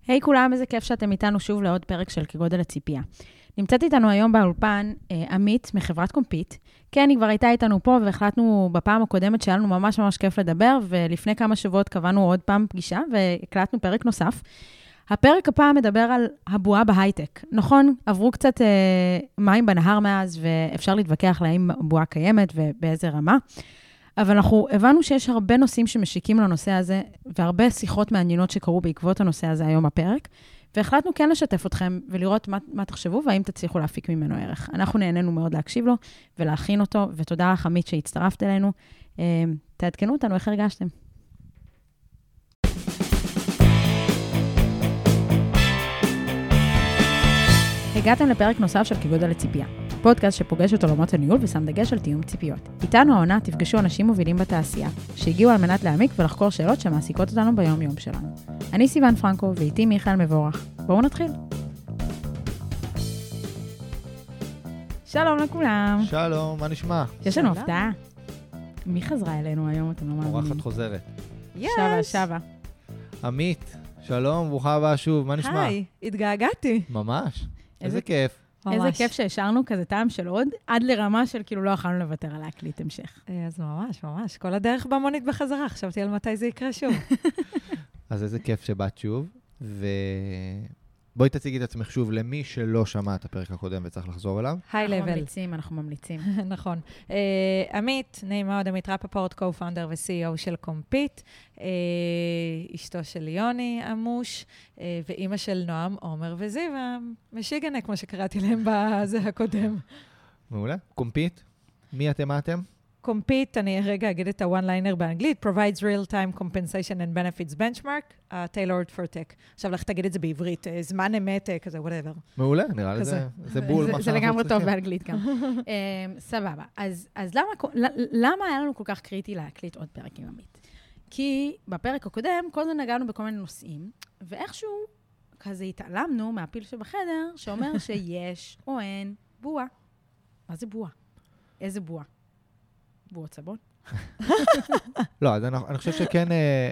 היי כולם, איזה כיף שאתם איתנו שוב לעוד פרק של כגודל הציפייה. נמצאת איתנו היום באולפן עמית מחברת קומפיט. כן, היא כבר הייתה איתנו פה והחלטנו בפעם הקודמת שהיה לנו ממש כיף לדבר, ולפני כמה שבועות קבענו עוד פעם פגישה והקלטנו פרק נוסף. הפרק הפעם מדבר על הבועה בהייטק. נכון, עברו קצת מים בנהר מאז, ואפשר להתווכח להאם הבועה קיימת ובאיזה רמה. אבל אנחנו הבנו שיש הרבה נושאים שמשיקים לנושא הזה, והרבה שיחות מעניינות שקרו בעקבות הנושא הזה היום הפרק, והחלטנו כן לשתף אתכם ולראות מה תחשבו, והאם תצליחו להפיק ממנו ערך. אנחנו נהנינו מאוד להקשיב לו ולהכין אותו, ותודה לך עמית שהצטרפת אלינו. תעדכנו אותנו, איך הרגשתם? הגעתם לפרק נוסף של כגודל הציפייה. פודקאסט שפוגש את עולמות הניהול ושם דגש על תיאום ציפיות. איתנו העונה תפגשו אנשים מובילים בתעשייה, שהגיעו על מנת להעמיק ולחקור שאלות שמעסיקות אותנו ביום-יום שלנו. אני סיוון פרנקו ואיתי מיכאל מבורך. בואו נתחיל. שלום לכולם. שלום, מה נשמע? יש לנו הפתעה. מי חזרה אלינו היום? אתם לא מאמינים. אורחת חוזרת. שבה. עמית, שלום, ברוכה הבאה שוב, מה נשמע? היי, התגעגעתי. ממש. איזה כיף. איזה כיף שהשארנו כזה טעם של עוד, עד לרמה של כאילו לא יכולנו לוותר על להקליט המשך. אז ממש. כל הדרך במונית בחזרה, חשבתי על מתי זה יקרה שוב. אז איזה כיף שבאת שוב, בואי תציגי את עצמך שוב למי שלא שמע את הפרק הקודם וצריך לחזור אליו. היי לבל. אנחנו ממליצים. נכון. עמית, נעים מאוד, עמית רפפורט, co-founder ו-CEO של קומפיט, אשתו של יוני עמוש, ואימא של נועם, עומר וזיו, משיגנה, כמו שקראתי להם בזה הקודם. מעולה. קומפיט, מי אתם, מה אתם? קומפיט, אני רגע אגיד את ה-one-liner באנגלית, provides real-time compensation and benefits benchmark, tailored for tech. עכשיו, לך תגיד את זה בעברית, זמן אמת, כזה, whatever. מעולה, נראה לי זה בול מה שאנחנו צריכים. זה לגמרי טוב באנגלית גם. סבבה. אז למה היה לנו כל כך קריטי להקליט עוד פרק עם עמית? כי בפרק הקודם, כל זה נגענו בכל מיני נושאים, ואיכשהו כזה התעלמנו מהפיל שבחדר, שאומר שיש או אין בועה. מה זה בועה? איזה בועה? בועות סבון? לא, אז אני חושב שכן,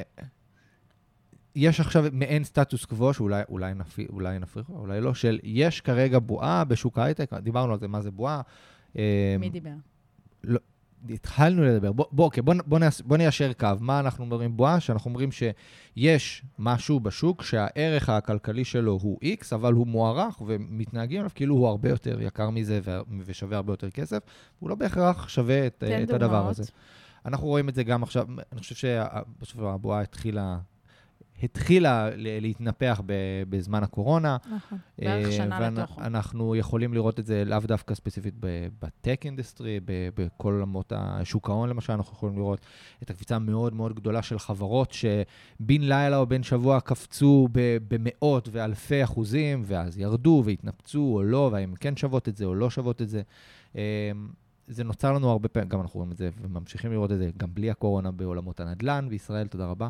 יש עכשיו מעין סטטוס קוו, שאולי נפריך, אולי לא, של יש כרגע בועה בשוק ההייטק, דיברנו על זה, מה זה בועה. מי דיבר? לא, התחלנו לדבר. בוא ניישר קו. מה אנחנו אומרים בועה? שאנחנו אומרים שיש משהו בשוק שהערך הכלכלי שלו הוא X, אבל הוא מוערך ומתנהגים עליו כאילו הוא הרבה יותר יקר מזה ושווה הרבה יותר כסף, והוא לא בהכרח שווה את הדבר הזה. אנחנו רואים את זה גם עכשיו, אני חושב שהבועה התחילה להתנפח בזמן הקורונה. נכון, בערך שנה לתוכו. ואנחנו יכולים לראות את זה לאו דווקא ספציפית בטק אינדסטרי, בכל עולמות השוק ההון למשל, אנחנו יכולים לראות את הקפיצה מאוד מאוד גדולה של חברות שבין לילה או בין שבוע קפצו במאות ואלפי אחוזים, ואז ירדו והתנפצו או לא, והאם כן שוות את זה או לא שוות את זה. זה נוצר לנו הרבה פעמים, גם אנחנו רואים את זה וממשיכים לראות את זה, גם בלי הקורונה בעולמות הנדל"ן בישראל, תודה רבה.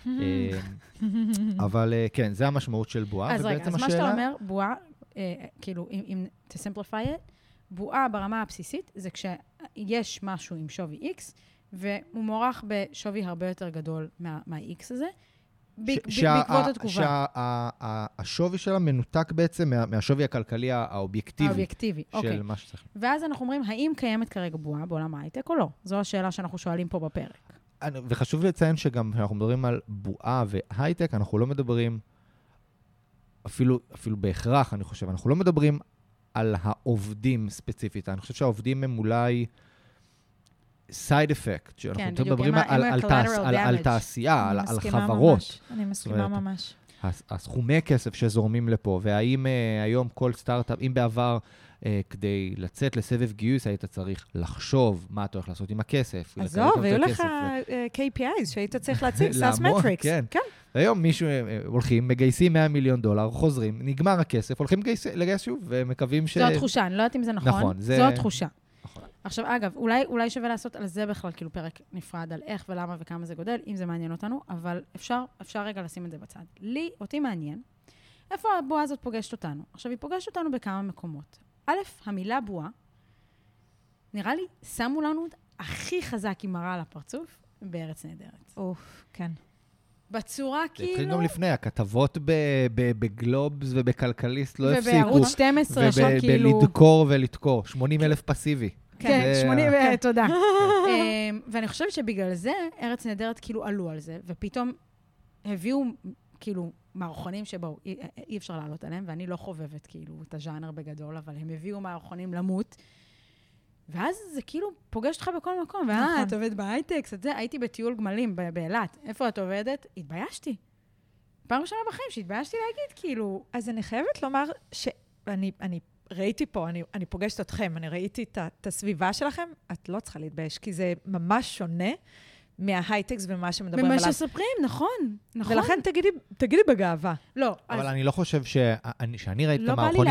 אבל כן, זה המשמעות של בועה. אז רגע, אז מה שאתה אומר, בועה, כאילו, אם to simplify it, בועה ברמה הבסיסית, זה כשיש משהו עם שווי X, והוא מוערך בשווי הרבה יותר גדול מה-X הזה, בעקבות התגובה. שהשווי שלה מנותק בעצם מהשווי הכלכלי האובייקטיבי של מה שצריך. ואז אנחנו אומרים, האם קיימת כרגע בועה בעולם ההייטק או לא? זו השאלה שאנחנו שואלים פה בפרק. וחשוב לציין שגם כשאנחנו מדברים על בועה והייטק, אנחנו לא מדברים, אפילו בהכרח, אני חושב, אנחנו לא מדברים על העובדים ספציפית. אני חושב שהעובדים הם אולי side effect, שאנחנו מדברים על תעשייה, על חברות. אני מסכימה ממש. הסכומי כסף שזורמים לפה, והאם היום כל סטארט-אפ, אם בעבר כדי לצאת לסבב גיוס, היית צריך לחשוב מה אתה הולך לעשות עם הכסף. אז זהו, ויהיו לך KPIs שהיית צריך להציג, SAS Metrics. כן. היום מישהו הולכים, מגייסים $100 מיליון, חוזרים, נגמר הכסף, הולכים לגייס שוב, ומקווים זו התחושה, אני לא יודעת אם זה נכון. זו התחושה. עכשיו, אגב, אולי שווה לעשות על זה בכלל, כאילו פרק נפרד על איך ולמה וכמה זה גודל, אם זה מעניין אותנו, אבל אפשר רגע לשים את זה בצד. אותי מעניין, איפה הבועה הזאת פוגשת אותנו? עכשיו, היא פוגשת אותנו בכמה מקומות. א', המילה בועה, נראה לי, שמו לנו הכי חזק עם מראה על הפרצוף בארץ נהדרת. כן. בצורה כאילו... התחיל גם לפני, הכתבות בגלובס ובכלכליסט לא הפסיקו. ובערוץ 12, שם כאילו... ובלדקור ולדקור, 80,000 פסיבי. כן, 80, תודה. ואני חושבת שבגלל זה, ארץ נהדרת כאילו עלו על זה, ופתאום הביאו כאילו מערכונים שבו אי אפשר לעלות עליהם, ואני לא חובבת כאילו את הז'אנר בגדול, אבל הם הביאו מערכונים למות, ואז זה כאילו פוגש אותך בכל מקום, את עובדת בהייטקס, את זה, הייתי בטיול גמלים באילת, איפה את עובדת? התביישתי. פעם ראשונה בחיים שהתביישתי להגיד, כאילו... אז אני חייבת לומר שאני ראיתי פה, אני פוגשת אתכם, אני ראיתי את הסביבה שלכם, את לא צריכה להתבייש, כי זה ממש שונה מההייטקס ומה שמדברים עליו. ממה שספרים, נכון. ולכן תגידי בגאווה. לא. אבל אני לא חושב שאני ראיתי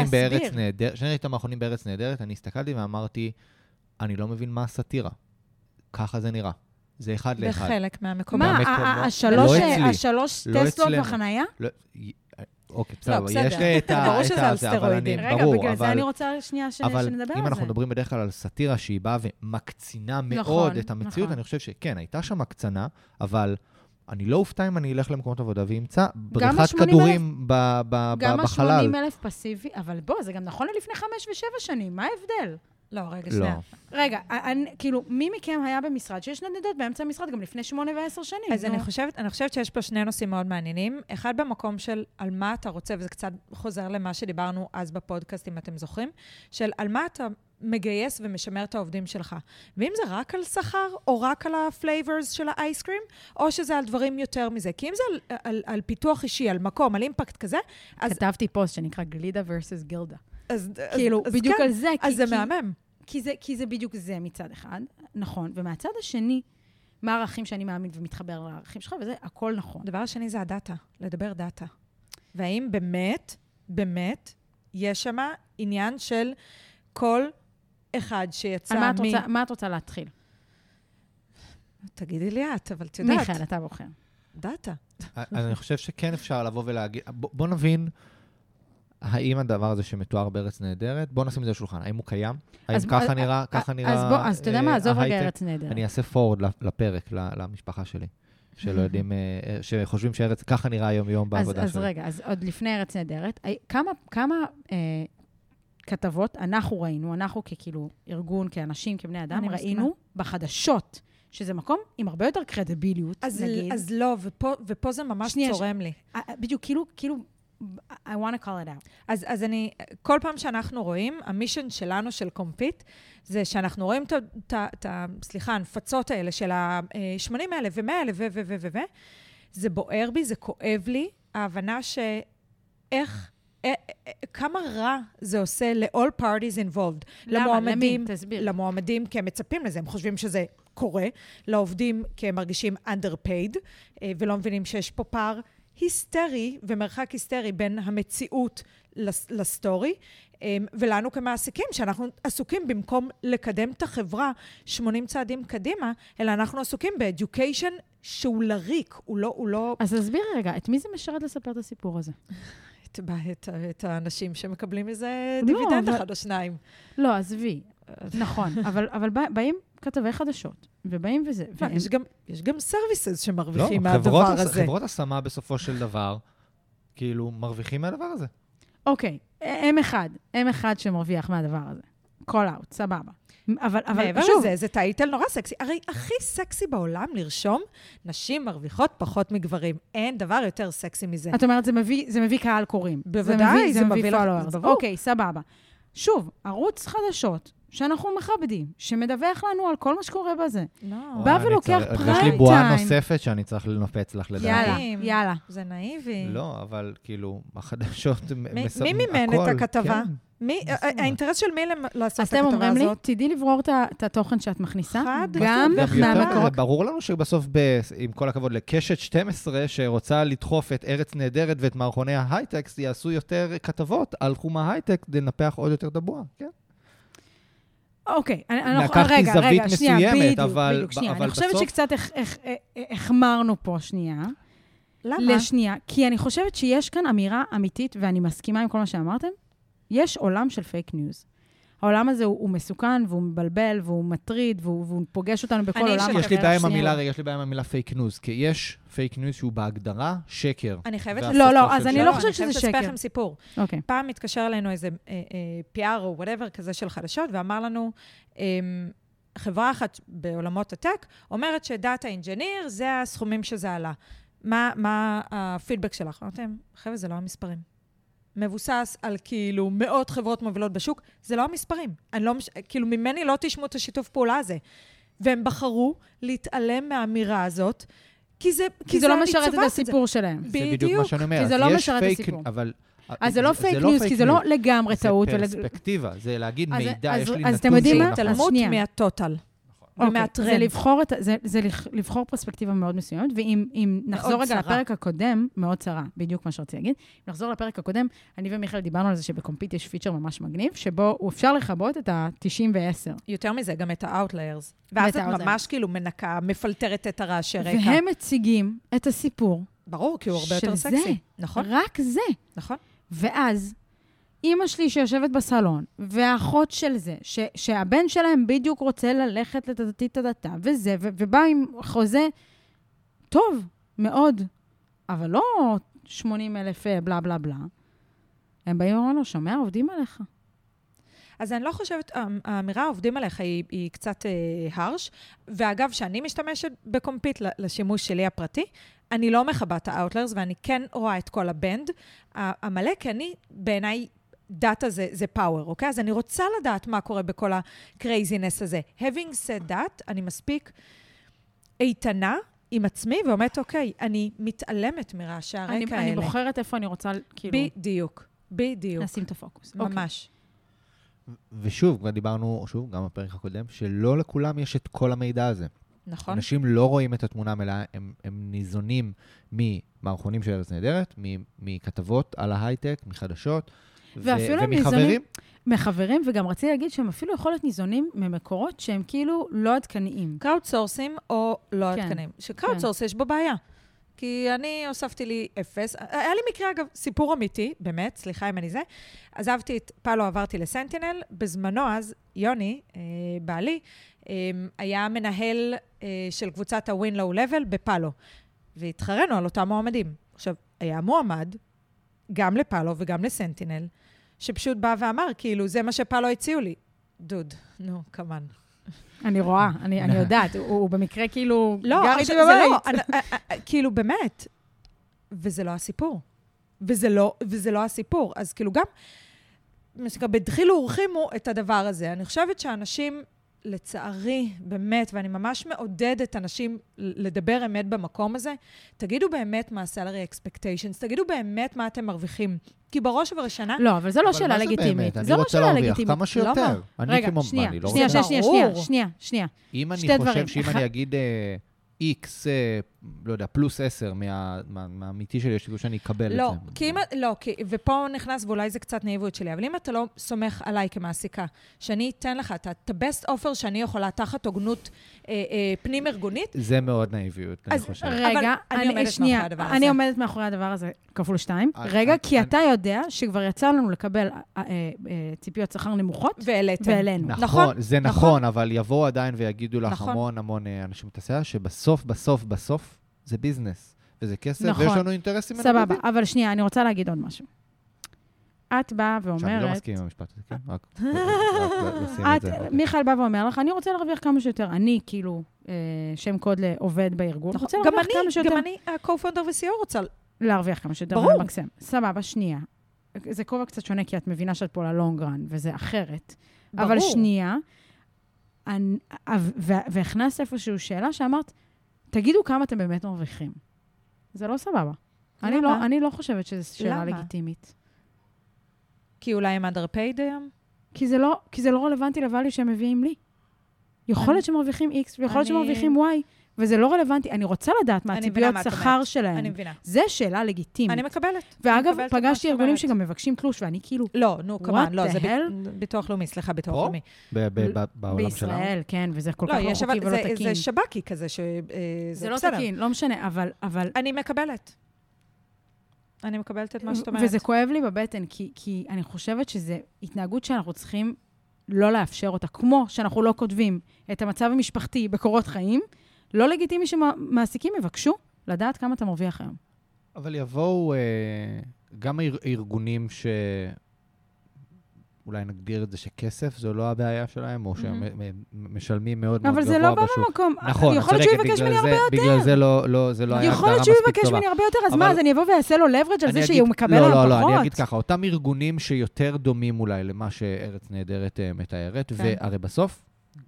את המערכונים בארץ נהדרת, אני הסתכלתי ואמרתי, אני לא מבין מה הסאטירה. ככה זה נראה. זה אחד לאחד. בחלק מהמקומות. מה, השלוש טסלות בחנייה? אוקיי, בסדר, יש לי את ברור שזה על סטרואידים. רגע, בגלל זה אני רוצה שנייה שנדבר על זה. אבל אם אנחנו מדברים בדרך כלל על סאטירה שהיא באה ומקצינה מאוד את המציאות, אני חושב שכן, הייתה שם מקצנה, אבל אני לא אופתע אם אני אלך למקומות עבודה וימצא בריכת כדורים בחלל. גם ה-80,000 פסיבי, אבל בוא, זה גם נכון לפני 5 ו7 שנים, מה ההבדל? לא, רגע, שנייה. רגע, כאילו, מי מכם היה במשרד שיש נדנדות באמצע המשרד גם לפני 8 ו10 שנים? אז אני חושבת שיש פה שני נושאים מאוד מעניינים. אחד במקום של על מה אתה רוצה, וזה קצת חוזר למה שדיברנו אז בפודקאסט, אם אתם זוכרים, של על מה אתה מגייס ומשמר את העובדים שלך. ואם זה רק על שכר, או רק על הפלייברס של האייסקרים, או שזה על דברים יותר מזה. כי אם זה על פיתוח אישי, על מקום, על אימפקט כזה, אז... כתבתי פוסט שנקרא גלידה versus גילדה. כאילו, בדיוק על זה. אז זה מהמם. כי זה בדיוק זה מצד אחד, נכון. ומהצד השני, מה הערכים שאני מאמין ומתחבר לערכים שלך, וזה הכל נכון. הדבר השני זה הדאטה, לדבר דאטה. והאם באמת, יש שם עניין של כל אחד שיצא מה את רוצה להתחיל? תגידי לי את, אבל את יודעת. מיכאל, אתה בוחר. דאטה. אני חושב שכן אפשר לבוא ולהגיד, בוא נבין, האם הדבר הזה שמתואר בארץ נהדרת, בוא נשים את זה לשולחן, האם הוא קיים? האם ככה נראה אז אתה יודע מה, עזוב רגע ארץ נהדרת. אני אעשה פורד לפרק, למשפחה שלי, שלא יודעים, שחושבים שארץ, ככה נראה היום בעבודה שלי. אז רגע, אז עוד לפני ארץ נהדרת, כמה כתבות אנחנו ראינו, אנחנו ככאילו ארגון, כאנשים, כבני אדם, ראינו בחדשות, שזה מקום עם הרבה יותר קרדיביליות, נגיד. אז לא, ופה זה ממש צורם לי. בדיוק, כאילו, I want to call it out. אז אני, כל פעם שאנחנו רואים, המישן שלנו, של קומפיט, זה שאנחנו רואים הנפצות האלה של ה-80,000 ו-100,000 זה בוער בי, זה כואב לי, ההבנה כמה רע זה עושה ל-all parties involved. למועמדים, כי הם מצפים לזה, הם חושבים שזה קורה, לעובדים כי הם מרגישים underpaid, ולא מבינים שיש פה פער היסטרי ומרחק היסטרי בין המציאות לסטורי, ולנו כמעסיקים, שאנחנו עסוקים במקום לקדם את החברה 80 צעדים קדימה, אלא אנחנו עסוקים ב-education שהוא לריק, הוא לא... אז תסביר רגע, את מי זה משרת לספר את הסיפור הזה? את האנשים שמקבלים איזה דיבידנד אחד או שניים. לא, עזבי, נכון, אבל באים כתבי חדשות, ובאים וזה. יש גם סרוויסס שמרוויחים מהדבר הזה. חברות השמה בסופו של דבר, כאילו, מרוויחים מהדבר הזה. אוקיי, הם אחד שמרוויח מהדבר הזה. call out, סבבה. אבל מעבר לזה, זה טייטל נורא סקסי. הרי הכי סקסי בעולם לרשום, נשים מרוויחות פחות מגברים. אין דבר יותר סקסי מזה. את אומרת, זה מביא קהל קוראים. בוודאי, זה מביא followers. אוקיי, סבבה. שוב, ערוץ חדשות, שאנחנו מכבדים, שמדווח לנו על כל מה שקורה בזה. בא ולוקח פריים טיים. יש לי בועה נוספת שאני צריך לנופץ לך לדעתי. יאללה. זה נאיבי. לא, אבל כאילו, החדשות מי מימן את הכתבה? האינטרס של מי לעשות את הכתבה הזאת? אז אתם אומרים לי, תדעי לברור את התוכן שאת מכניסה, גם מהמקורות. ברור לנו שבסוף, עם כל הכבוד, לקשת 12, שרוצה לדחוף את ארץ נהדרת ואת מערכוני ההייטקס, יעשו יותר כתבות על תחום ההייטק, לנפח עוד יותר דבוע, כן? אוקיי, לקחתי זווית מסוימת, אבל בסוף... אני חושבת שקצת החמרנו פה שנייה. למה? לשנייה, כי אני חושבת שיש כאן אמירה אמיתית, ואני מסכימה עם כל מה שאמרתם, יש עולם של פייק ניוז. העולם הזה הוא מסוכן, והוא מבלבל, והוא מטריד, והוא פוגש אותנו בכל עולם אחר. יש לי בעיה עם המילה פייק ניוז, כי יש פייק ניוז שהוא בהגדרה שקר. אני חייבת... לא, אז אני לא חושבת שזה שקר. אני חייבת לספר לכם סיפור. אוקיי. פעם מתקשר אלינו איזה PR או whatever כזה של חדשות, ואמר לנו, חברה אחת בעולמות הטק, אומרת שדאטה אינג'יניר זה הסכומים שזה עלה. מה הפידבק שלך? אמרתם, חבר'ה, זה לא המספרים. מבוסס על כאילו מאות חברות מובילות בשוק, זה לא המספרים. כאילו ממני לא תשמעו את השיתוף פעולה הזה. והם בחרו להתעלם מהאמירה הזאת, כי זה לא משרת את הסיפור שלהם. זה בדיוק מה שאני אומר. כי זה לא משרת את הסיפור. אז זה לא פייק ניוז, כי זה לא לגמרי טעות. זה פרספקטיבה, זה להגיד מידע, יש לי אז אתם יודעים מה? התעלמות מהטוטל. זה לבחור פרספקטיבה מאוד מסוימת, ואם נחזור רגע לפרק הקודם, מאוד צרה, בדיוק מה שרציתי להגיד, אם נחזור לפרק הקודם, אני ומיכאל דיברנו על זה שבקומפיט יש פיצ'ר ממש מגניב, שבו אפשר לכבות את ה-90 ו-10. יותר מזה, גם את ה-outlayers. ואז את ממש כאילו מנקה, מפלטרת את הרעשי רקע. והם מציגים את הסיפור. ברור, כי הוא הרבה יותר סקסי. נכון. רק זה. נכון. ואז, אמא שלי שיושבת בסלון, והאחות של זה, שהבן שלהם בדיוק רוצה ללכת לתתית הדתה, וזה, ובא עם חוזה טוב, מאוד, אבל לא 80,000 בלה בלה בלה. הם באים ואומרים לו, שומע, עובדים עליך. אז אני לא חושבת, האמירה עובדים עליך היא קצת הרש, ואגב, שאני משתמשת בקומפיט לשימוש שלי הפרטי, אני לא מחבאת את האוטלרס, ואני כן רואה את כל הבנד המלא, כי אני בעיניי, דאטה זה פאוור, אוקיי? אז אני רוצה לדעת מה קורה בכל הקרייזינס הזה. Having said that, אני מספיק איתנה עם עצמי, ואומרת, אוקיי, אני מתעלמת מרעשי הרקע האלה. אני בוחרת איפה אני רוצה, כאילו... בדיוק. נשים את הפוקוס. ממש. ושוב, כבר דיברנו, שוב, גם בפרק הקודם, שלא לכולם יש את כל המידע הזה. נכון. אנשים לא רואים את התמונה המלאה, הם ניזונים ממערכונים של ארץ נהדרת, מכתבות על ההייטק, מחדשות, ומחברים. מחברים, וגם רציתי להגיד שהם אפילו יכול להיות ניזונים ממקורות שהם כאילו לא עדכניים. קראוד סורסים או לא עדכניים. שקראוד סורס יש בו בעיה. כי אני הוספתי לי 0. היה לי מקרה, אגב, סיפור אמיתי, באמת, סליחה אם אני זה. עזבתי את פאלו, עברתי לסנטינל. בזמנו אז, יוני, בעלי, היה מנהל של קבוצת ה-Win Low Level בפאלו. והתחרנו על אותם מועמדים. עכשיו, היה מועמד, גם לפאלו וגם לסנטינל, שפשוט בא ואמר, כאילו, זה מה שפאלו הציעו לי. דוד, נו, כמן. אני רואה, אני יודעת, הוא במקרה כאילו... לא, זה לא, כאילו באמת, וזה לא הסיפור. וזה לא הסיפור. אז כאילו גם, בדחילו ורחימו את הדבר הזה. אני חושבת שאנשים, לצערי, באמת, ואני ממש מעודדת אנשים לדבר אמת במקום הזה, תגידו באמת מה salary expectations, תגידו באמת מה אתם מרוויחים. כי בראש ובראשונה... לא, אבל זה לא שאלה לגיטימית. אני רוצה להרוויח כמה שיותר. רגע, שנייה. אם אני חושב שאם אני אגיד X, לא יודע, פלוס 10 מהאמיתי שלי, יש לי שאני אקבל את זה. לא, ופה נכנס, ואולי זה קצת נאיבות שלי, אבל אם אתה לא סומך עליי כמעסיקה, שאני אתן לך את ה-best offer שאני יכולה תחת הוגנות פנים ארגונית, זה מאוד נאיביות, אני חושב. רגע, אני עומדת מאחורי הדבר הזה כפול 2. רגע, כי אתה יודע שכבר יצא לנו לקבל ציפיות שכר נמוכות, ואלינו. נכון, זה נכון, אבל יבואו עדיין ויגידו לך המון אנשים תעשייה, שבסוף זה ביזנס, וזה כסף, ויש לנו אינטרסים. סבבה, אבל שנייה, אני רוצה להגיד עוד משהו. את באה ואומרת... שאני לא מסכים עם המשפט הזה, כן? רק לשים את זה. מיכאל בא ואומר לך, אני רוצה להרוויח כמה שיותר. אני, כאילו, שם קוד לעובד בארגון. גם אני, ה-co-founder ו-CEO רוצה... להרוויח כמה שיותר. ברור. סבבה, שנייה. זה כובע קצת שונה, כי את מבינה שאת פה ללונג רן, וזה אחרת. ברור. אבל שנייה, והכנסת איפשהו שאלה שאמרת, תגידו כמה אתם באמת מרוויחים. זה לא סבבה. אני לא חושבת שזו שאלה לגיטימית. כי אולי הם underpaid היום? כי זה לא רלוונטי לvalue שהם מביאים לי. יכול להיות שמרוויחים X, ויכול להיות שמרוויחים Y, וזה לא רלוונטי. אני רוצה לדעת מה הציפיות שכר שלהם. אני מבינה. זה שאלה לגיטימית. אני מקבלת. ואגב, פגשתי ארגונים שגם מבקשים תלוש, ואני כאילו... לא, נו, כמובן, לא, זה ביטוח לאומי, סליחה, ביטוח לאומי. בעולם שלנו? בישראל, כן, וזה כל כך לא חוקי ולא תקין. זה שבקי כזה, זה לא תקין, לא משנה, אבל... אני מקבלת. אני מקבלת את מה שאת אומרת. וזה כואב לי בבטן, כי אני חושבת שזה התנהגות שאנחנו צריכים לא לאפשר אותה, כמו שאנחנו לא כותבים את המצב המשפחתי בקורות חיים, לא לגיטימי שמעסיקים יבקשו לדעת כמה אתה מרוויח היום. אבל יבואו גם ארגונים אולי נגדיר את זה שכסף, זו לא הבעיה שלהם, או שהם משלמים מאוד מאוד גבוה בשוק. אבל זה לא בא במקום. נכון, יכול להיות שהוא יבקש ממני הרבה יותר. בגלל זה לא היה יכול להיות שהוא יבקש ממני הרבה יותר, אז מה, אז אני אבוא ויעשה לו leverage על זה שהוא מקבל עליו פחות? לא, אני אגיד ככה, אותם ארגונים שיותר דומים אולי למה שארץ נהדרת מתארת, והרי בסוף,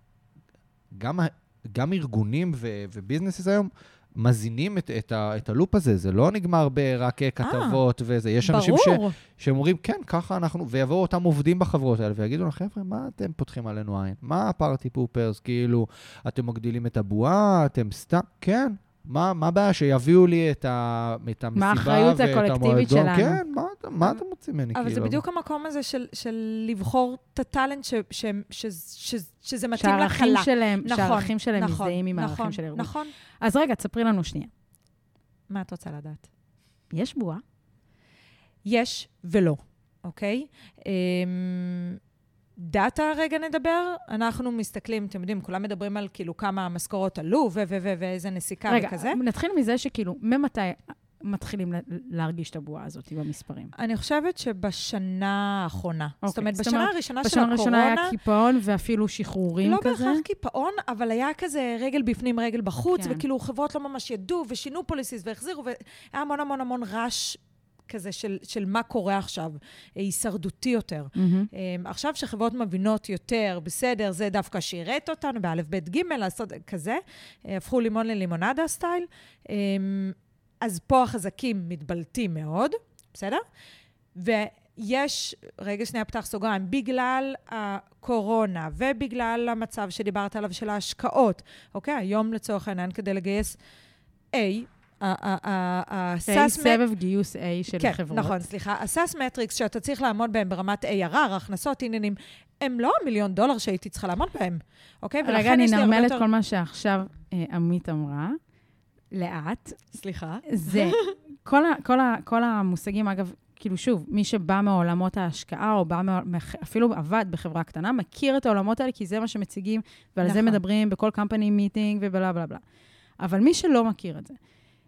גם ארגונים וביזנסס היום, מזינים את הלופ הזה, זה לא נגמר ברק כתבות וזה, יש אנשים שאומרים, כן, ככה אנחנו, ויבואו אותם עובדים בחברות האלה, ויגידו לה, חבר'ה, מה אתם פותחים עלינו עין? מה הפארטי פופרס, כאילו, אתם מגדילים את הבועה, אתם סתם, כן, מה הבעיה שיביאו לי את המסיבה מה האחריות הקולקטיבית שלנו? כן, מה אתם רוצים ממני? אבל זה בדיוק המקום הזה של לבחור את הטלנט שזה מתאים לקלה. שהערכים שלהם מזדהים עם הערכים של ארגון. נכון. אז רגע, תספרי לנו שנייה. מה את רוצה לדעת? יש בועה? יש ולא, אוקיי? דאטה רגע נדבר, אנחנו מסתכלים, אתם יודעים, כולם מדברים על כאילו כמה המשכורות עלו ואיזה נסיקה וכזה. רגע, נתחיל מזה שכאילו, ממתי מתחילים להרגיש את הבועה הזאת במספרים? אני חושבת שבשנה האחרונה. זאת אומרת, בשנה הראשונה של הקורונה... בשנה הראשונה היה קיפאון ואפילו שחרורים כזה? לא בהכרח קיפאון, אבל היה כזה רגל בפנים, רגל בחוץ, וכאילו חברות לא ממש ידעו, ושינו פוליסיס והחזירו, והיה המון המון המון רעש כזה של מה קורה עכשיו, הישרדותי יותר. עכשיו שחברות מבינות יותר, בסדר, זה דווקא שירת אותנו, באלף בית ג' לעשות כזה, הפכו לימון ללימונדה סטייל, אז פה החזקים מתבלטים מאוד, בסדר? ויש, רגע שנייה פתח סוגריים, בגלל הקורונה ובגלל המצב שדיברת עליו של ההשקעות, אוקיי? היום לצורך העניין כדי לגייס A, סבב גיוס A של חברות. כן, נכון, סליחה. הסאס מטריקס שאתה צריך לעמוד בהם ברמת ARR, הכנסות, עניינים, הם לא $1,000,000 שהייתי צריכה לעמוד בהם, אוקיי? רגע, אני נרמל את כל מה שעכשיו עמית אמרה. לאט. סליחה. זה, כל המושגים, אגב, כאילו שוב, מי שבא מעולמות ההשקעה, או אפילו עבד בחברה קטנה, מכיר את העולמות האלה, כי זה מה שמציגים, ועל זה מדברים בכל קמפני מיטינג ובלה בלה בלה. אבל מי שלא מכיר את זה,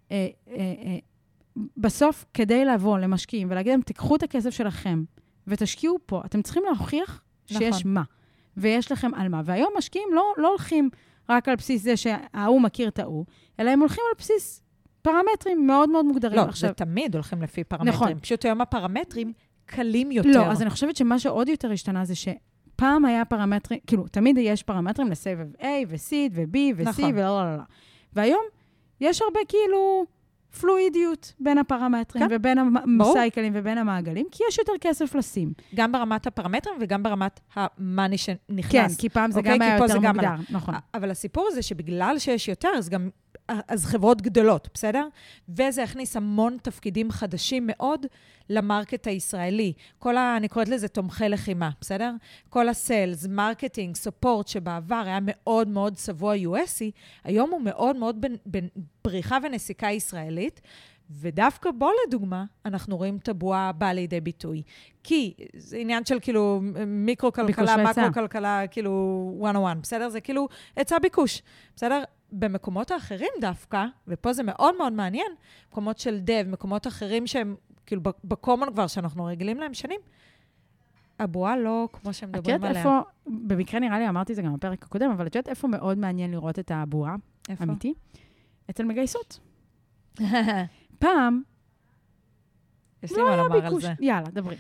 בסוף, כדי לבוא למשקיעים ולהגיד להם, תיקחו את הכסף שלכם ותשקיעו פה, אתם צריכים להוכיח שיש מה, ויש לכם על מה. והיום משקיעים לא הולכים רק על בסיס זה שההוא מכיר את ההוא, אלא הם הולכים על בסיס פרמטרים מאוד מאוד מוגדרים. לא, עכשיו, זה תמיד הולכים לפי פרמטרים. נכון. פשוט היום הפרמטרים קלים יותר. לא, אז אני חושבת שמה שעוד יותר השתנה זה שפעם היה פרמטרים, כאילו, תמיד יש פרמטרים לסבב A ו-C ו-B ו-C נכון. ולא. והיום יש הרבה כאילו פלואידיות בין הפרמטרים כן? ובין המסייקלים ובין המעגלים, כי יש יותר כסף לשים. גם ברמת הפרמטרים וגם ברמת המאני שנכנס. כן, כי פעם זה גם היה יותר מוגדר. נכון. אבל הסיפור זה שבגלל שיש יותר, אז חברות גדולות, בסדר? וזה הכניס המון תפקידים חדשים מאוד למרקט הישראלי. אני קוראת לזה תומכי לחימה, בסדר? כל הסיילס, מרקטינג, סופורט, שבעבר היה מאוד מאוד צבוע USי, היום הוא מאוד מאוד בריחה ונסיקה ישראלית, ודווקא בו לדוגמה, אנחנו רואים את הבועה באה לידי ביטוי. כי זה עניין של כאילו מיקרו-כלכלה, מקרו-כלכלה, כאילו 101, בסדר? זה כאילו היצע ביקוש, בסדר? במקומות האחרים דווקא, ופה זה מאוד מאוד מעניין, מקומות של דב, מקומות אחרים שהם כאילו בקומון כבר, שאנחנו רגילים להם שנים, הבועה לא כמו שהם מדברים עליה. איפה, במקרה נראה לי, אמרתי זה גם בפרק הקודם, אבל את יודעת איפה מאוד מעניין לראות את הבועה? איפה? אמיתי? אצל מגייסות. פעם, יש לי מה לומר על זה. יאללה, דברי.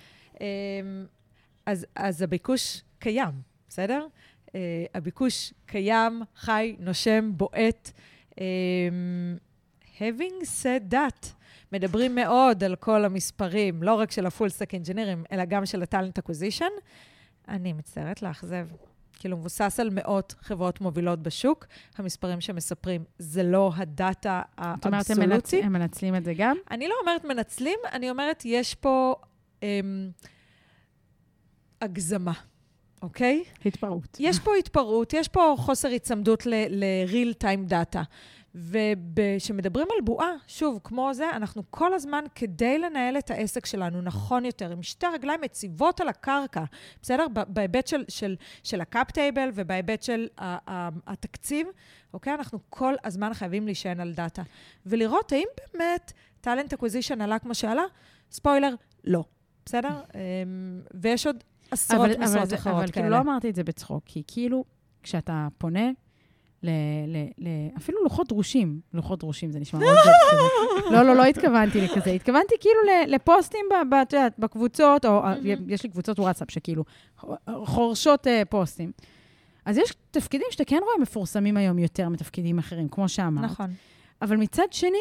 אז הביקוש קיים, בסדר? הביקוש קיים, חי, נושם, בועט. Having said that, מדברים מאוד על כל המספרים, לא רק של ה-full stack engineering, אלא גם של ה-talent acquisition. אני מצטערת לאכזב. כאילו מבוסס על מאות חברות מובילות בשוק. המספרים שמספרים, זה לא הדאטה האבסולוטי. זאת אומרת, הם מנצלים את זה גם? אני לא אומרת מנצלים, אני אומרת, יש פה הגזמה. אוקיי? התפרעות. יש פה התפרעות, יש פה חוסר הצמדות ל-real time data, וכשמדברים על בועה, שוב, כמו זה, אנחנו כל הזמן, כדי לנהל את העסק שלנו נכון יותר, עם שתי רגליים מציבות על הקרקע, בסדר? בהיבט של הקאפ טייבל ובהיבט של התקציב, אוקיי? אנחנו כל הזמן חייבים להישען על דאטה. ולראות האם באמת טלנט אקוויזישן עלה כמו שעלה, ספוילר, לא. בסדר? ויש עוד עשרות משרות אחרות כאלה. אבל כאילו לא אמרתי את זה בצחוק, כי כאילו, כשאתה פונה אפילו לוחות דרושים, זה נשמע מאוד כזה. לא התכוונתי לכזה. התכוונתי כאילו לפוסטים בקבוצות, או יש לי קבוצות וואטסאפ שכאילו חורשות פוסטים. אז יש תפקידים שאתה כן רואה מפורסמים היום יותר מתפקידים אחרים, כמו שאמרת. נכון. אבל מצד שני,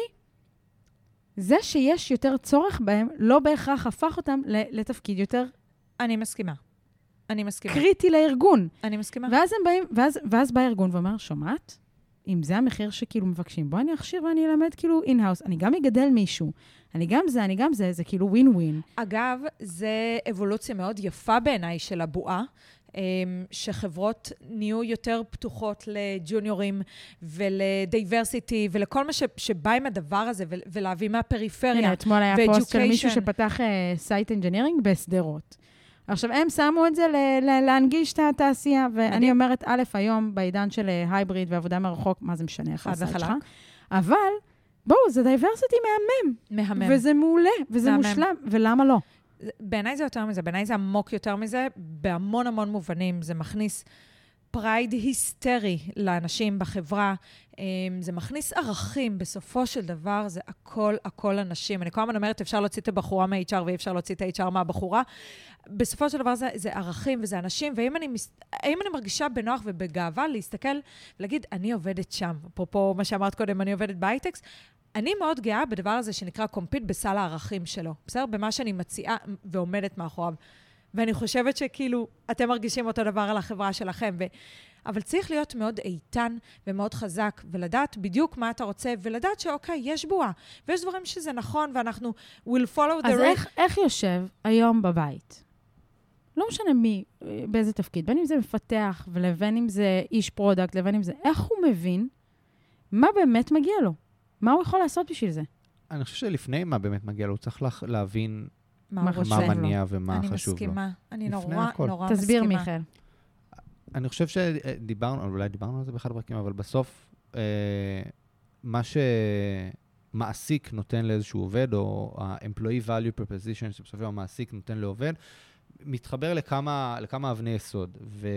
זה שיש יותר צורך בהם, לא בהכרח הפך אותם לתפקיד יותר... אני מסכימה. קריטי לארגון. אני מסכימה. ואז הם באים, ואז בא הארגון ואומר, שומעת? אם זה המחיר שכאילו מבקשים, בוא אני אכשיר ואני אלמד כאילו אין-האוס. אני גם אגדל מישהו. אני גם זה, זה כאילו ווין-ווין. אגב, זה אבולוציה מאוד יפה בעיניי של הבועה, שחברות נהיו יותר פתוחות לג'וניורים ולדייברסיטי ולכל מה שבא עם הדבר הזה ולהביא מהפריפריה. הנה, אתמול היה פוסט של מישהו שפתח סייט אנג'ינירינג בסדרות. עכשיו, הם שמו את זה להנגיש את התעשייה, ואני אומרת, א', היום, בעידן של הייבריד ועבודה מרחוק, מה זה משנה איך הסייט שלך? אבל, בואו, זה דייברסיטי מהמם. וזה מעולה, וזה מושלם, ולמה לא? בעיניי זה יותר מזה, בעיניי זה עמוק יותר מזה, בהמון המון מובנים. זה מכניס פרייד היסטרי לאנשים בחברה, זה מכניס ערכים, בסופו של דבר זה הכל אנשים. אני כל הזמן אומרת, אפשר להוציא את הבחורה מה-HR ואי אפשר להוציא את ה-HR מהבחורה. בסופו של דבר זה ערכים וזה אנשים, ואם אני מרגישה בנוח ובגאווה להסתכל ולהגיד, אני עובדת שם. אפרופו מה שאמרת קודם, אני עובדת בהייטקס, אני מאוד גאה בדבר הזה שנקרא קומפיט בסל הערכים שלו. בסדר? במה שאני מציעה ועומדת מאחוריו. ואני חושבת שכאילו, אתם מרגישים אותו דבר על החברה שלכם. אבל צריך להיות מאוד איתן ומאוד חזק, ולדעת בדיוק מה אתה רוצה, ולדעת שאוקיי, יש בועה. ויש דברים שזה נכון, ואנחנו will follow the... אז איך יושב היום בבית? לא משנה מי, באיזה תפקיד, בין אם זה מפתח, ולבין אם זה איש פרודקט, לבין אם זה, איך הוא מבין מה באמת מגיע לו? מה הוא יכול לעשות בשביל זה? אני חושב שלפני מה באמת מגיע לו, הוא צריך להבין מה מניע ומה חשוב לו. אני מסכימה. אני נורא מסכימה. תסביר, מיכאל. אני חושב שדיברנו, אולי דיברנו על זה באחד הפרקים, אבל בסוף, מה שמעסיק נותן לאיזשהו עובד, או ה-employee value proposition, שבסופו המעסיק נותן לעובד, מתחבר לכמה אבני יסוד.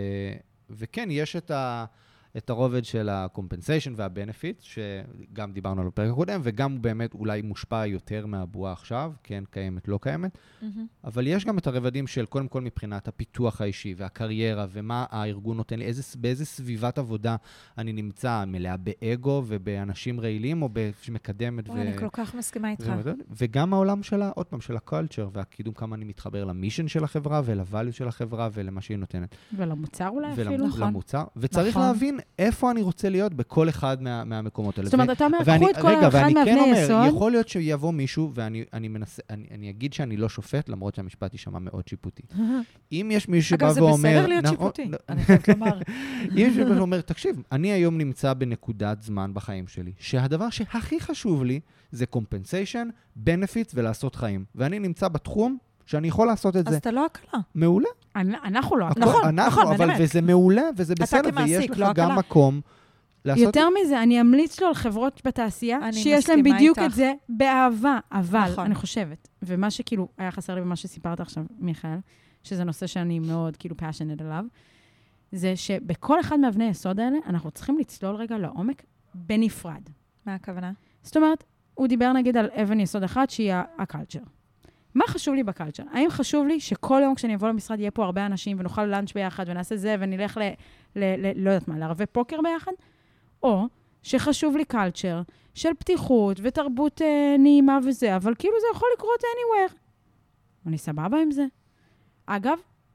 וכן, יש את הרובד של ה-compensation וה-benefit, שגם דיברנו על הפרק הקודם, וגם באמת אולי מושפע יותר מהבועה עכשיו, כן, קיימת, לא קיימת, אבל יש גם את הרבדים של קודם כל מבחינת הפיתוח האישי והקריירה, ומה הארגון נותן לי, באיזה סביבת עבודה אני נמצא, מלאה באגו ובאנשים רעילים, או שמקדמת. אני כל כך מסכימה איתך. וגם העולם שלה, עוד פעם, של הקולצ'ר, והקידום כמה אני מתחבר למישן של החברה, ולvalue של החברה, ולמה שהיא נותנת. ולמוצר אולי אפילו. ולמוצר. וצריך להבין איפה אני רוצה להיות בכל אחד מהמקומות האלה. זאת אומרת, אתה אומר, קחו את כל אחד מאבני יסוד. יכול להיות שיבוא מישהו, ואני אגיד שאני לא שופט, למרות שהמשפט יישמע מאוד שיפוטי. אם יש מישהו שבא ואומר... אגב, זה בסדר להיות שיפוטי, אני חייבת לומר. אם יש מישהו שאומר, תקשיב, אני היום נמצא בנקודת זמן בחיים שלי, שהדבר שהכי חשוב לי זה compensation, benefits ולעשות חיים. ואני נמצא בתחום שאני יכול לעשות את זה. אז אתה לא הקלה. מעולה. אנחנו לא. נכון, אבל וזה מעולה, וזה בסדר, ויש לך גם מקום לעשות... יותר מזה, אני אמליץ לו על חברות בתעשייה, שיש להם בדיוק את זה באהבה, אבל אני חושבת, ומה שכאילו היה חסר לי במה שסיפרת עכשיו, מיכאל, שזה נושא שאני מאוד כאילו passionate עליו, זה שבכל אחד מאבני היסוד האלה, אנחנו צריכים לצלול רגע לעומק בנפרד. מה הכוונה? זאת אומרת, הוא דיבר נגיד על אבן יסוד אחד, שהיא הקלצ'ר. מה חשוב לי בקלצ'ר? האם חשוב לי שכל יום כשאני אבוא למשרד יהיה פה הרבה אנשים ונאכל לנץ' ביחד ונעשה זה ונלך לא יודעת מה, לערבי פוקר ביחד? או שחשוב לי קלצ'ר של פתיחות ותרבות נעימה וזה, אבל כאילו זה יכול לקרות anywhere. אני סבבה עם זה. אגב,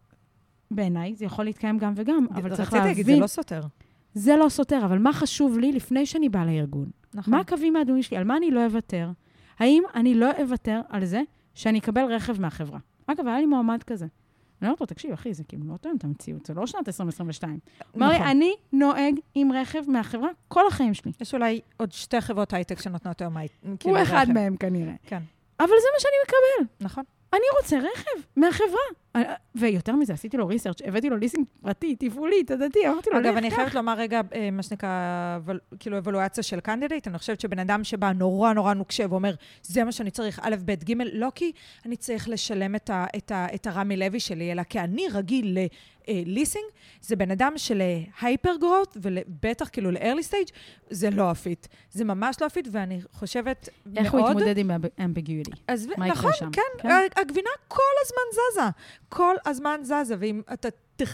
בעיניי זה יכול להתקיים גם וגם, אבל צריך להבין... זה לא סותר. זה לא סותר, אבל מה חשוב לי לפני שאני באה לארגון? נכון. מה הקווים האדומים שלי? על מה אני לא אוותר? האם אני לא אוותר על זה שאני אקבל רכב מהחברה? אגב, היה לי מועמד כזה. אני אומרת לו, תקשיב, אחי, זה כאילו לא תואם את המציאות, זה לא שנת 2022. הוא אומר לי, אני נוהג עם רכב מהחברה כל החיים שלי. יש אולי עוד 2 חברות הייטק שנותנות היום הוא אחד מהם כנראה. כן. אבל זה מה שאני מקבל. נכון. אני רוצה רכב מהחברה. ויותר מזה, עשיתי לו ריסרצ', הבאתי לו ליסינג פרטי, תפעולי, תדתי, אמרתי לו, אגב, אני חייבת לומר רגע, מה שנקרא, כאילו, אבלואציה של קנדידייט, אני חושבת שבן אדם שבא נורא נורא נוקשה ואומר, זה מה שאני צריך, א', ב', ג', לא כי אני צריך לשלם את הרמי לוי שלי, אלא כי אני רגיל ליסינג, זה בן אדם של הייפר גרוט, ובטח כאילו לארלי סטייג', זה לא אפיט. זה ממש לא אפיט, ואני חושבת מאוד... איך הוא התמודד עם אמביגיוטי? נכון, כן. הגבינה כל הזמן זזה. כל הזמן זזה, ואם אתה...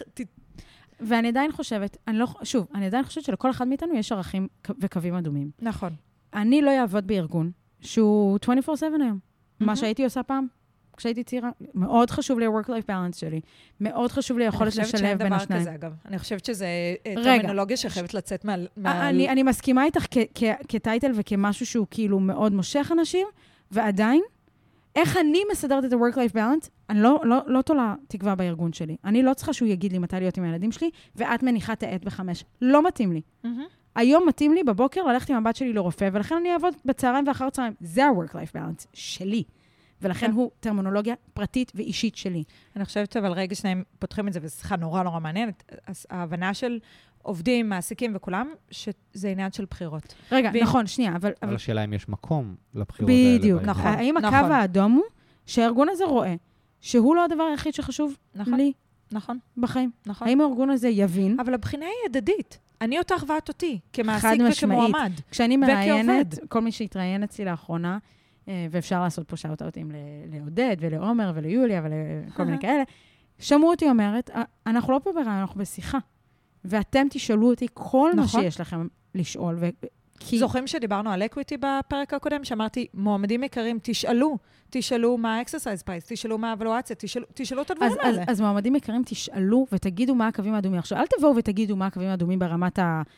ואני עדיין חושבת, אני עדיין חושבת שלכל אחד מאיתנו יש ערכים וקווים אדומים. נכון. אני לא אעבוד בארגון שהוא 24/7 היום. מה שהייתי עושה פעם, כשהייתי צעירה, מאוד חשוב לי ה-work-life balance שלי. מאוד חשוב לי יכולת לשלב בין השניים. אני חושבת שאין דבר כזה, אגב. אני חושבת שזה טרמינולוגיה שחייבת לצאת אני מסכימה איתך כטייטל וכמשהו שהוא כאילו מאוד מושך אנשים, ועדיין, איך אני מסדרת את ה-work-life balance? אני לא תולה תקווה בארגון שלי. אני לא צריכה שהוא יגיד לי מתי להיות עם הילדים שלי, ואת מניחה את העת ב5. לא מתאים לי. היום מתאים לי בבוקר ללכת עם הבת שלי לרופא, ולכן אני אעבוד בצהריים ואחר צהריים. זה ה-work-life balance שלי. ולכן הוא טרמינולוגיה פרטית ואישית שלי. אני חושבת, אבל רגע שניים פותחים את זה, ושיחה נורא נורא מעניינת, ההבנה של עובדים, מעסיקים וכולם, שזה עניין של בחירות. רגע, נכון, שנייה, אבל השאלה אם יש מקום לבחירות האלה. בדיוק, נכון. האם הקו האדום הוא שהארגון הזה רואה שהוא לא הדבר היחיד שחשוב לי בחיים? האם הארגון הזה יבין? אבל הבחינה היא הדדית. אני אותך ואת אותי, כמעסיק וכמועמד. כשאני מראיינת, כל מי שהתראיין אצלי לאחרונה, ואפשר לעשות פה שאוט-אוטים לעודד ולעומר וליוליה ולכל מיני כאלה, שמעו אותי אומרת, אנחנו לא פה ברעיון, אנחנו בשיחה. ואתם תשאלו אותי כל מה שיש לכם לשאול. זוכרים שדיברנו על אקוויטי בפרק הקודם, שאמרתי, מועמדים יקרים, תשאלו מה האקסרסייז פרייס, תשאלו מה האבלואציה, תשאלו את הדברים האלה. אז מועמדים יקרים, תשאלו ותגידו מה הקווים האדומים. עכשיו, אל תבואו ותגידו מה הקווים האדומים ברמת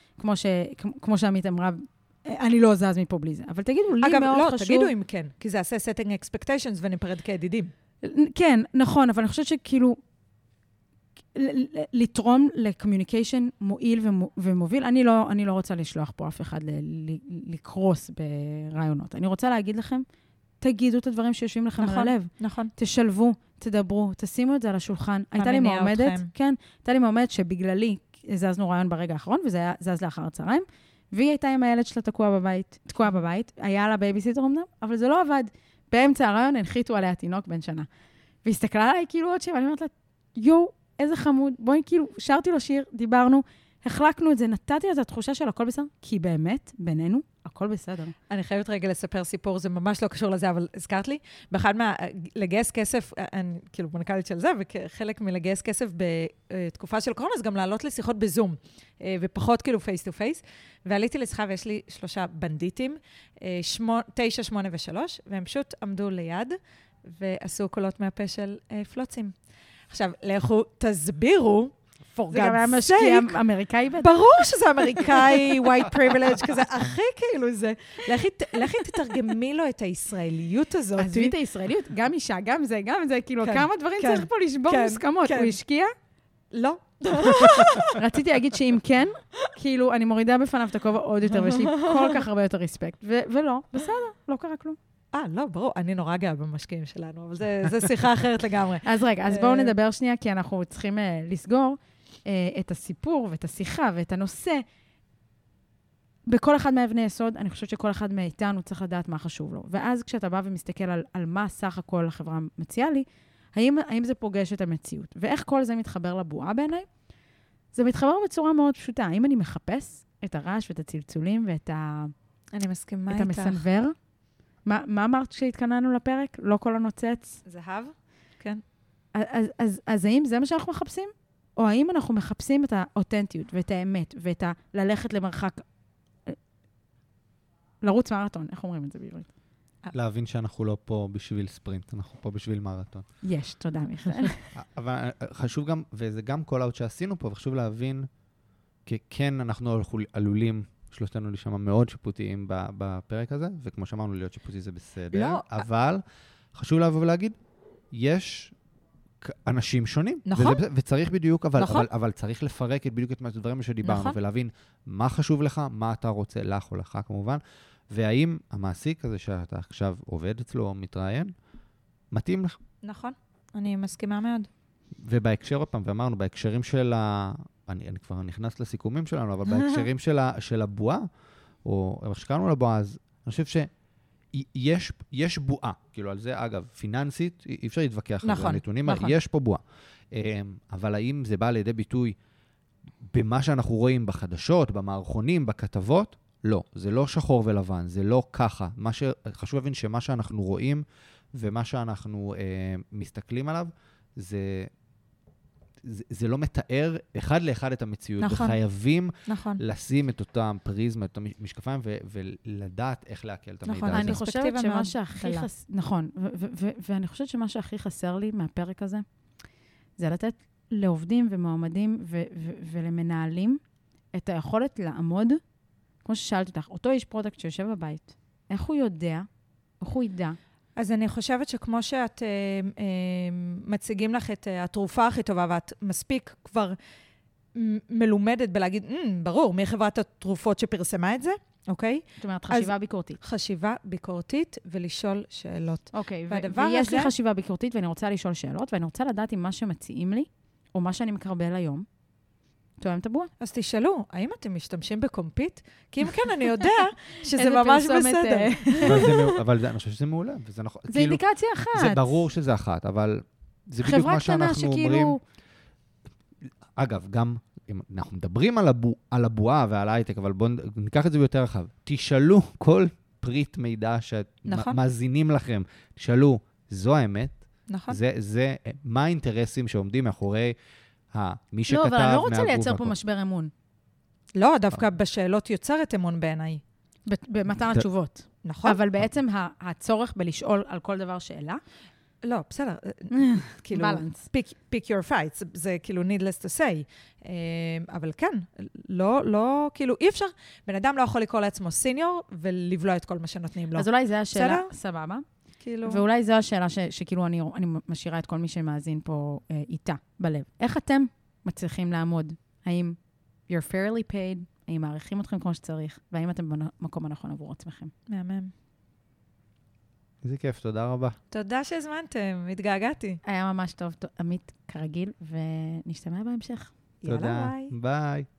כמו שעמית אמרה, אני לא זז מפה בלי זה. אבל תגידו, לי מאוד חשוב... אגב, לא, תגידו אם כן, כי זה עשה setting expectations ונפרד כידידים. כן, נכון, אבל אני חושבת שכאילו, לתרום לקומיוניקיישן מועיל ומוביל, אני לא רוצה לשלוח פה אף אחד לקרוס ברעיונות. אני רוצה להגיד לכם, תגידו את הדברים שיושבים לכם על הלב. נכון. תשלבו, תדברו, תשימו את זה על השולחן. הייתה לי מועמדת, כן, הייתה לי מועמדת שבגללי זזנו רעיון ברגע האחרון, וזה היה זז לאחר הצהריים, והיא הייתה עם הילד שלה תקועה בבית, היה לה בייביסיטר אמנם, אבל זה לא עבד. באמצע הרעיון הנחיתו עליה תינוק בן שנה. והסתכלה עליי כאילו עוד שבע, אני אומרת לה, יו, איזה חמוד, בואי כאילו, שרתי לו שיר, דיברנו, החלקנו את זה, נתתי את התחושה של הכל בסדר, כי באמת, בינינו, הכל בסדר. אני חייבת רגע לספר סיפור, זה ממש לא קשור לזה, אבל הזכרת לי, באחד לגייס כסף, אני כאילו מנכ"לית של זה, וחלק מלגייס כסף בתקופה של קורונה, אז גם לעלות לשיחות בזום, ופחות כאילו פייס טו פייס, ועליתי לשיחה ויש לי 3 בנדיטים, 9, 8 ו3, והם פשוט עמדו ליד, ועשו קולות מהפה של פלוצים. עכשיו, לכו תסבירו, for God's sake. זה גם היה משקיע אמריקאי בטח. ברור שזה אמריקאי, white privilege, כזה, הכי כאילו זה. לכי תתרגמי לו את הישראליות הזאת. עזבי את הישראליות, גם אישה, גם זה, כאילו, כמה דברים צריך פה לשבור מוסכמות. הוא השקיע? לא. רציתי להגיד שאם כן, כאילו, אני מורידה בפניו את הכובע עוד יותר, ויש לי כל כך הרבה יותר רספקט. ולא, בסדר, לא קרה כלום. לא, ברור, אני נורא גאה במשקיעים שלנו, אבל זה שיחה אחרת לגמרי. אז רגע, אז בואו נדבר שנייה, כי אנחנו צריכים לסגור את הסיפור ואת השיחה ואת הנושא. בכל אחד מאבני יסוד, אני חושבת שכל אחד מאיתנו צריך לדעת מה חשוב לו. ואז כשאתה בא ומסתכל על מה סך הכל החברה מציעה לי, האם זה פוגש את המציאות? ואיך כל זה מתחבר לבועה בעיניי? זה מתחבר בצורה מאוד פשוטה. האם אני מחפש את הרעש ואת הצלצולים ואת אני מסכימה איתך. המסנבר? מה אמרת כשהתכננו לפרק? לא כל הנוצץ? זהב? כן. אז האם זה מה שאנחנו מחפשים? או האם אנחנו מחפשים את האותנטיות ואת האמת ואת ללכת למרחק, לרוץ מרתון, איך אומרים את זה בעברית? להבין שאנחנו לא פה בשביל ספרינט, אנחנו פה בשביל מרתון. יש, תודה מיכאל. אבל חשוב גם, וזה גם כל האוט שעשינו פה, וחשוב להבין, כי כן אנחנו עלולים, שלושתנו לשמה מאוד שיפוטיים בפרק הזה, וכמו שאמרנו, להיות שיפוטי זה בסדר, אבל חשוב לבוא ולהגיד, יש אנשים שונים. נכון. וצריך בדיוק, נכון. אבל צריך לפרק בדיוק את הדברים שדיברנו, נכון. ולהבין מה חשוב לך, מה אתה רוצה, לך או לך כמובן, והאם המעסיק הזה שאתה עכשיו עובד אצלו או מתראיין, מתאים לך. נכון, אני מסכימה מאוד. ובהקשר, עוד פעם, ואמרנו, בהקשרים של אני כבר נכנס לסיכומים שלנו, אבל בהקשרים של הבועה, או איך שקראנו לבועה, אז אני חושב שיש בועה, כאילו על זה, אגב, פיננסית, אי אפשר להתווכח על הנתונים, יש פה בועה. אבל האם זה בא לידי ביטוי במה שאנחנו רואים בחדשות, במערכונים, בכתבות? לא, זה לא שחור ולבן, זה לא ככה. חשוב להבין שמה שאנחנו רואים ומה שאנחנו מסתכלים עליו, זה לא מתאר אחד לאחד את המציאות, נכון. וחייבים נכון. לשים את אותם פריזמה, את המשקפיים, ולדעת איך להקל את המידע נכון, הזה. אני חושבת שמה שהכי נכון, ואני חושבת שמה שהכי חסר לי מהפרק הזה, זה לתת לעובדים ומועמדים ולמנהלים את היכולת לעמוד, כמו ששאלתי אותך, אותו איש פרודקט שיושב בבית, איך הוא יודע, איך הוא ידע, אז אני חושבת שכמו שאת מציגים לך את התרופה הכי טובה, ואת מספיק כבר מלומדת בלהגיד, ברור, מי חברת התרופות שפרסמה את זה, אוקיי? זאת אומרת, חשיבה ביקורתית. חשיבה ביקורתית ולשאול שאלות. אוקיי, ויש לי חשיבה ביקורתית, ואני רוצה לשאול שאלות, ואני רוצה לדעת אם מה שמציעים לי, או מה שאני מקרבל היום, תואם את הבועה. אז תשאלו, האם אתם משתמשים בקומפיט? כי אם כן, אני יודע שזה ממש בסדר. אבל אני חושב שזה מעולה. זה אינדיקציה אחת. זה ברור שזה אחת, אבל זה בדיוק מה שאנחנו אומרים. אגב, גם אם אנחנו מדברים על הבועה ועל ההייטק, אבל בואו ניקח את זה ביותר רחב. תשאלו כל פריט מידע שמאזינים לכם. תשאלו, זו האמת? נכון. זה מה האינטרסים שעומדים מאחורי מי שכתב... לא, אבל אני לא רוצה לייצר פה משבר אמון. לא, דווקא בשאלות יוצרת אמון בעיניי. במתן התשובות. נכון. אבל בעצם הצורך בלשאול על כל דבר שאלה, לא, בסדר. כאילו, balance. pick your fights, זה כאילו needless to say. אבל כן, לא, כאילו, אי אפשר, בן אדם לא יכול לקרוא לעצמו סיניור ולבלוע את כל מה שנותנים לו. אז אולי זו השאלה, סבבה. כאילו... ואולי זו השאלה שכאילו אני משאירה את כל מי שמאזין פה איתה, בלב. איך אתם מצליחים לעמוד? האם you're fairly paid? האם מעריכים אתכם כמו שצריך? והאם אתם במקום הנכון עבור עצמכם? מהמם. איזה כיף, תודה רבה. תודה שהזמנתם, התגעגעתי. היה ממש טוב, עמית, כרגיל, ונשתמע בהמשך. תודה, ביי.